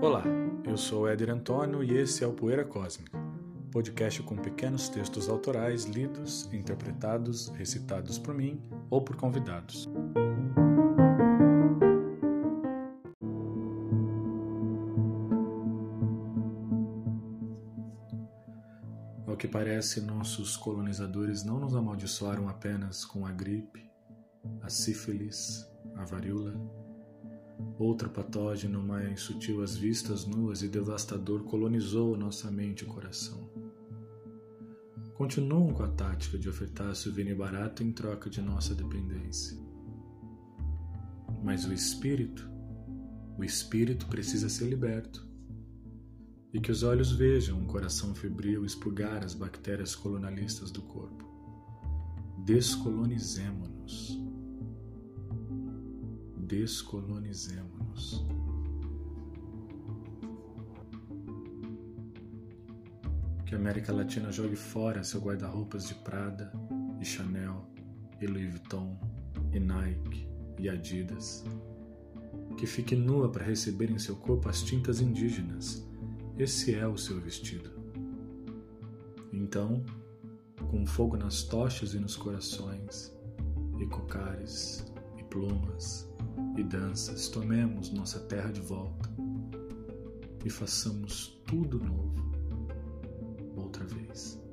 Olá, eu sou Éder Antônio e esse é o Poeira Cósmica, podcast com pequenos textos autorais lidos, interpretados, recitados por mim ou por convidados. Ao que parece, nossos colonizadores não nos amaldiçoaram apenas com a gripe, a sífilis, a varíola, outro patógeno mais sutil às vistas nuas e devastador colonizou nossa mente e coração. Continuam com a tática de ofertar souvenir barato em troca de nossa dependência. Mas o espírito precisa ser liberto. E que os olhos vejam um coração febril expurgar as bactérias colonialistas do corpo. Descolonizemo-nos. Descolonizemo-nos. Que a América Latina jogue fora seu guarda-roupas de Prada, e Chanel, e Louis Vuitton, e Nike, e Adidas. Que fique nua para receber em seu corpo as tintas indígenas. Esse é o seu vestido. Então, com fogo nas tochas e nos corações, e cocares, e plumas, e danças, tomemos nossa terra de volta e façamos tudo novo outra vez.